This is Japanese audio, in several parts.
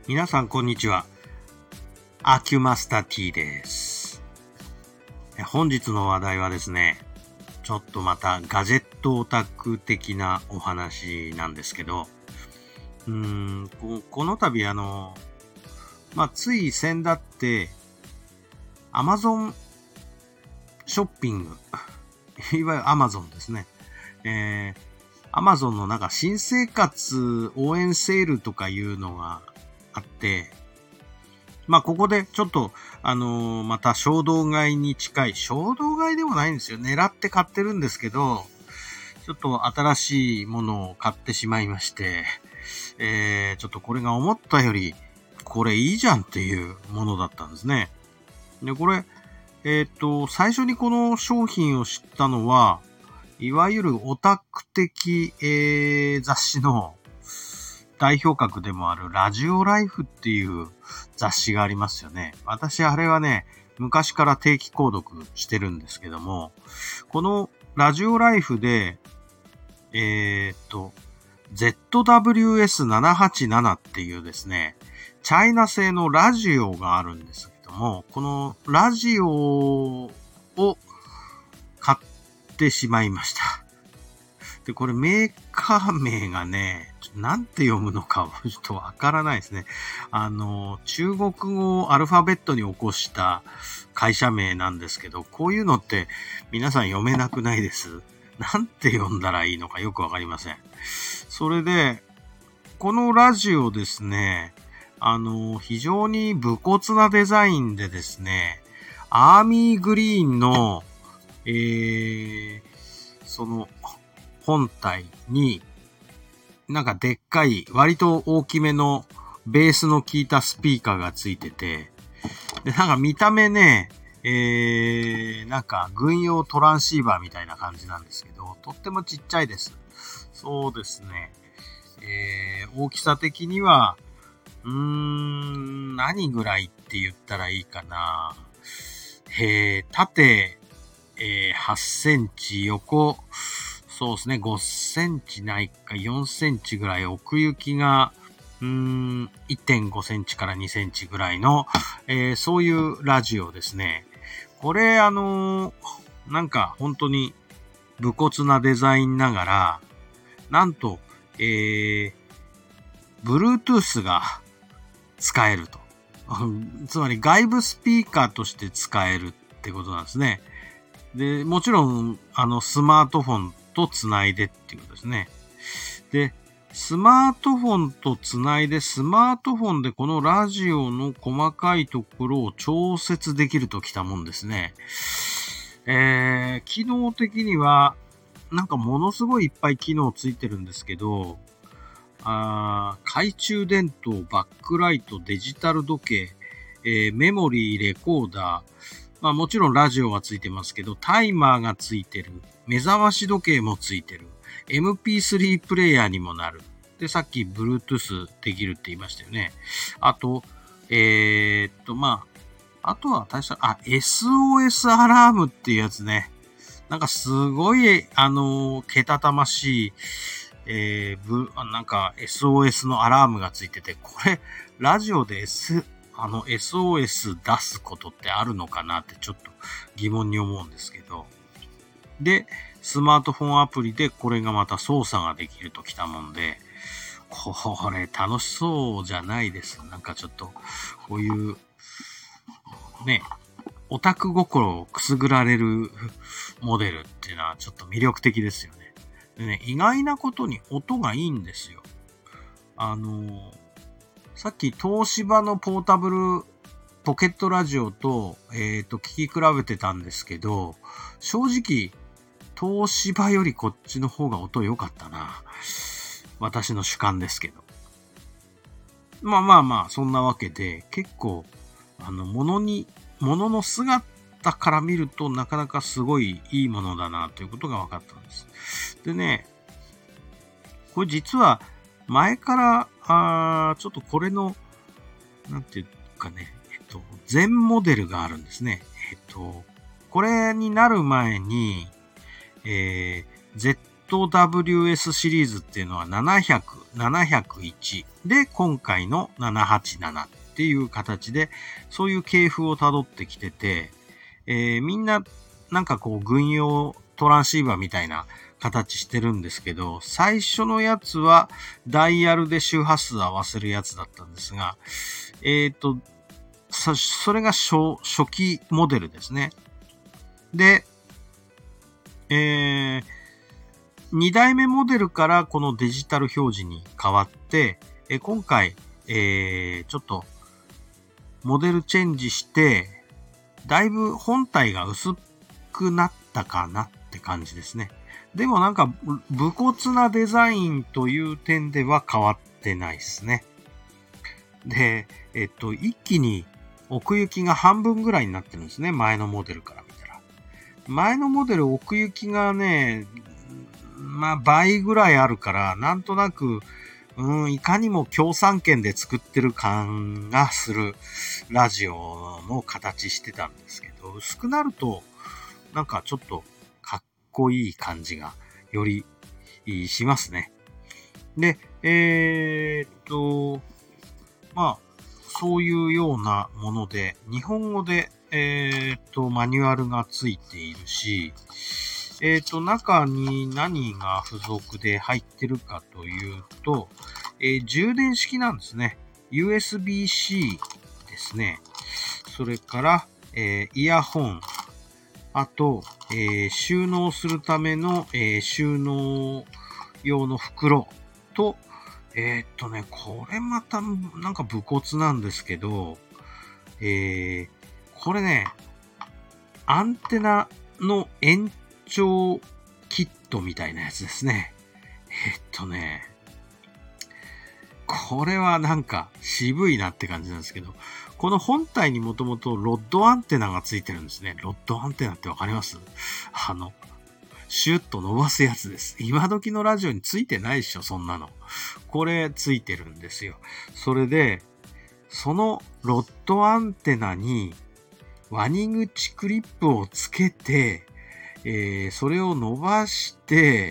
皆さんこんにちは。アキュマスタ T です。本日の話題はですね、ちょっとまたガジェットオタク的なお話なんですけど、この度つい先だってAmazon ショッピング、いわゆる Amazon ですね。Amazon のなんか新生活応援セールとかいうのがあって、ここでちょっと、また衝動買いに近い、衝動買いでもないんですよ。狙って買ってるんですけど、ちょっと新しいものを買ってしまいまして、ちょっとこれが思ったより、これいいじゃんっていうものだったんですね。で、これ、最初にこの商品を知ったのは、いわゆるオタク的、雑誌の代表格でもあるラジオライフっていう雑誌がありますよね。私あれはね、昔から定期購読してるんですけども、このラジオライフで、ZWS787 っていうですね、チャイナ製のラジオがあるんですけども、このラジオを買ってしまいました。で、これメーカー名がね、なんて読むのかはちょっとわからないですね。中国語をアルファベットに起こした会社名なんですけど、こういうのって皆さん読めなくないです。なんて読んだらいいのかよくわかりません。それで、このラジオですね、非常に武骨なデザインでですね、アーミーグリーンの、その本体に、なんかでっかい、割と大きめのベースの効いたスピーカーがついてて、で、なんか見た目ね、なんか軍用トランシーバーみたいな感じなんですけど、とってもちっちゃいです。そうですね。大きさ的には、何ぐらいって言ったらいいかな。縦、8センチ、横、そうですね、5センチないか4センチぐらい、奥行きが、1.5 センチから2センチぐらいの、そういうラジオですね。これ、なんか本当に武骨なデザインながら、なんと、Bluetooth が使えると。つまり外部スピーカーとして使えるってことなんですね。で、もちろん、スマートフォンとつないでっていうことですね。で、スマートフォンとつないで、スマートフォンでこのラジオの細かいところを調節できるときたもんですね。機能的には、なんかものすごいいっぱい機能ついてるんですけど、懐中電灯、バックライト、デジタル時計、メモリー、レコーダー、もちろんラジオはついてますけど、タイマーがついてる。目覚まし時計もついてる。MP3 プレイヤーにもなる。で、さっき Bluetooth できるって言いましたよね。あと、あとはSOS アラームっていうやつね。なんかすごい、けたたましい、なんか SOS のアラームがついてて、これ、ラジオでSOS 出すことってあるのかなってちょっと疑問に思うんですけど。で、スマートフォンアプリでこれがまた操作ができるときたもんで、これ楽しそうじゃないです。なんかちょっと、こういう、ね、オタク心をくすぐられるモデルっていうのはちょっと魅力的ですよね。でね、意外なことに音がいいんですよ。さっき東芝のポータブルポケットラジオと、聞き比べてたんですけど、正直、東芝よりこっちの方が音良かったな。私の主観ですけど。そんなわけで、結構、ものの姿から見るとなかなかすごいいいものだなということが分かったんです。でね、これ実は前からちょっとこれのなんていうかね、全モデルがあるんですね。これになる前に、 ZWS シリーズっていうのは700、701で、今回の787っていう形で、そういう系譜を辿ってきてて、みんな、なんかこう、軍用トランシーバーみたいな形してるんですけど、最初のやつはダイヤルで周波数合わせるやつだったんですが、それが初期モデルですね。で、2代目モデルからこのデジタル表示に変わって、今回、ちょっとモデルチェンジして、だいぶ本体が薄くなったかなって感じですね。でもなんか武骨なデザインという点では変わってないですね。で、一気に奥行きが半分ぐらいになってるんですね。前のモデルから見たら。前のモデル奥行きがね、まあ倍ぐらいあるから、なんとなく、いかにも共産圏で作ってる感がするラジオの形してたんですけど、薄くなると、なんかちょっとかっこいい感じがよりしますね。で、まあ、そういうようなもので、日本語で、マニュアルがついているし、中に何が付属で入ってるかというと、充電式なんですね。USB-C ですね。それから、イヤホン。あと、収納するための、収納用の袋と、これまたなんか武骨なんですけど、これね、アンテナの延長キットみたいなやつですね。これはなんか渋いなって感じなんですけど、この本体にもともとロッドアンテナがついてるんですね。ロッドアンテナってわかります？シュッと伸ばすやつです。今時のラジオについてないっしょ、そんなの。これついてるんですよ。それで、そのロッドアンテナにワニ口クリップをつけて、それを伸ばして、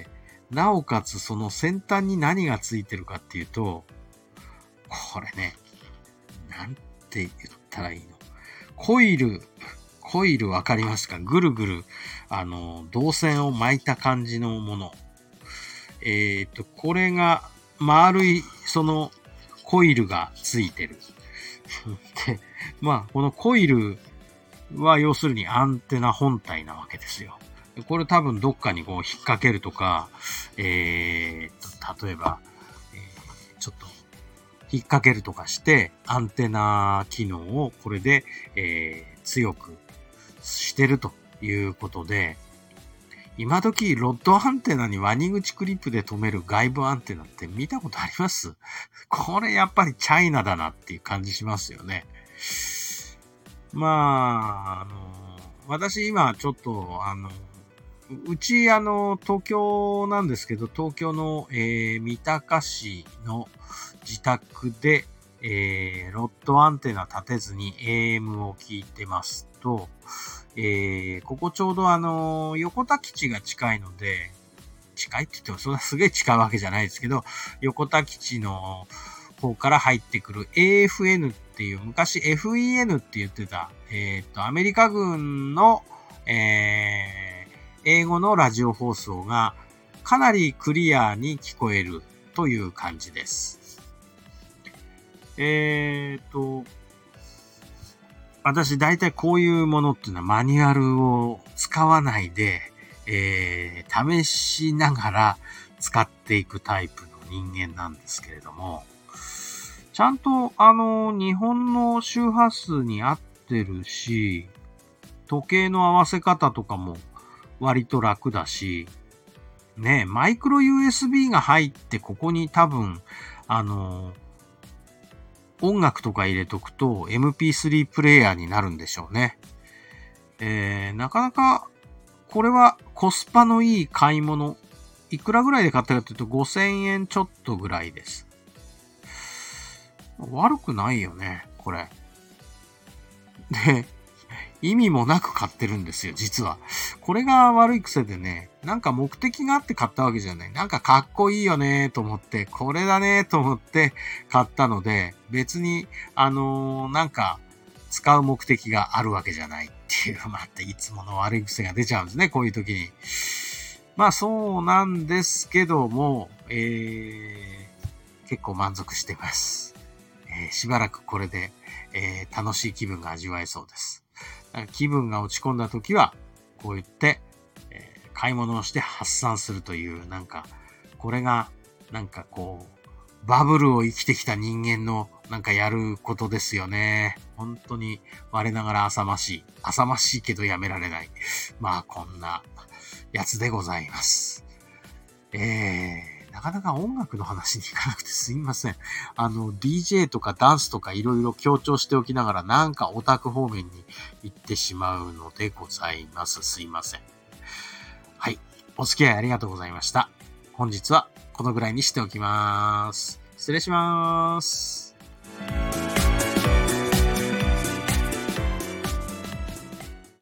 なおかつその先端に何がついてるかっていうと、これね、なんて言ったらいいの？コイルわかりますか？ぐるぐる、導線を巻いた感じのもの。これが丸い、そのコイルがついてる。で、まあ、このコイルは要するにアンテナ本体なわけですよ。これ多分どっかにこう引っ掛けるとか、例えば、ちょっと引っ掛けるとかして、アンテナ機能をこれで、強くしてるということで、今時ロッドアンテナにワニ口クリップで留める外部アンテナって見たことあります？これやっぱりチャイナだなっていう感じしますよね。まあ、私今ちょっとうち東京なんですけど、東京の、三鷹市の自宅で、ロッドアンテナ立てずに AM を聞いてますと、ここちょうど横田基地が近いので、近いって言ってもそんなすげえ近いわけじゃないですけど、横田基地の方から入ってくる AFN っていう、昔 FEN って言ってた、アメリカ軍の、英語のラジオ放送がかなりクリアに聞こえるという感じです。私大体こういうものっていうのはマニュアルを使わないで、試しながら使っていくタイプの人間なんですけれども、ちゃんと日本の周波数に合ってるし、時計の合わせ方とかも割と楽だし、ね、マイクロ USB が入ってここに多分、音楽とか入れとくと MP3 プレイヤーになるんでしょうね。なかなかこれはコスパのいい買い物。いくらぐらいで買ったかというと5000円ちょっとぐらいです。悪くないよね、これ。で、 意味もなく買ってるんですよ、実は。これが悪い癖でね、なんか目的があって買ったわけじゃない。なんかかっこいいよねと思って、これだねと思って買ったので、別に、なんか、使う目的があるわけじゃないっていう、またいつもの悪い癖が出ちゃうんですね、こういう時に。まあそうなんですけども、結構満足してます。しばらくこれで、楽しい気分が味わえそうです。気分が落ち込んだ時は、こう言って、買い物をして発散するという、なんか、これが、なんかこう、バブルを生きてきた人間の、なんかやることですよね。本当に、我ながら浅ましい。浅ましいけどやめられない。まあ、こんな、やつでございます。なかなか音楽の話に行かなくてすいません。DJ とかダンスとかいろいろ強調しておきながらなんかオタク方面に行ってしまうのでございます。すいません。はい。お付き合いありがとうございました。本日はこのぐらいにしておきます。失礼します。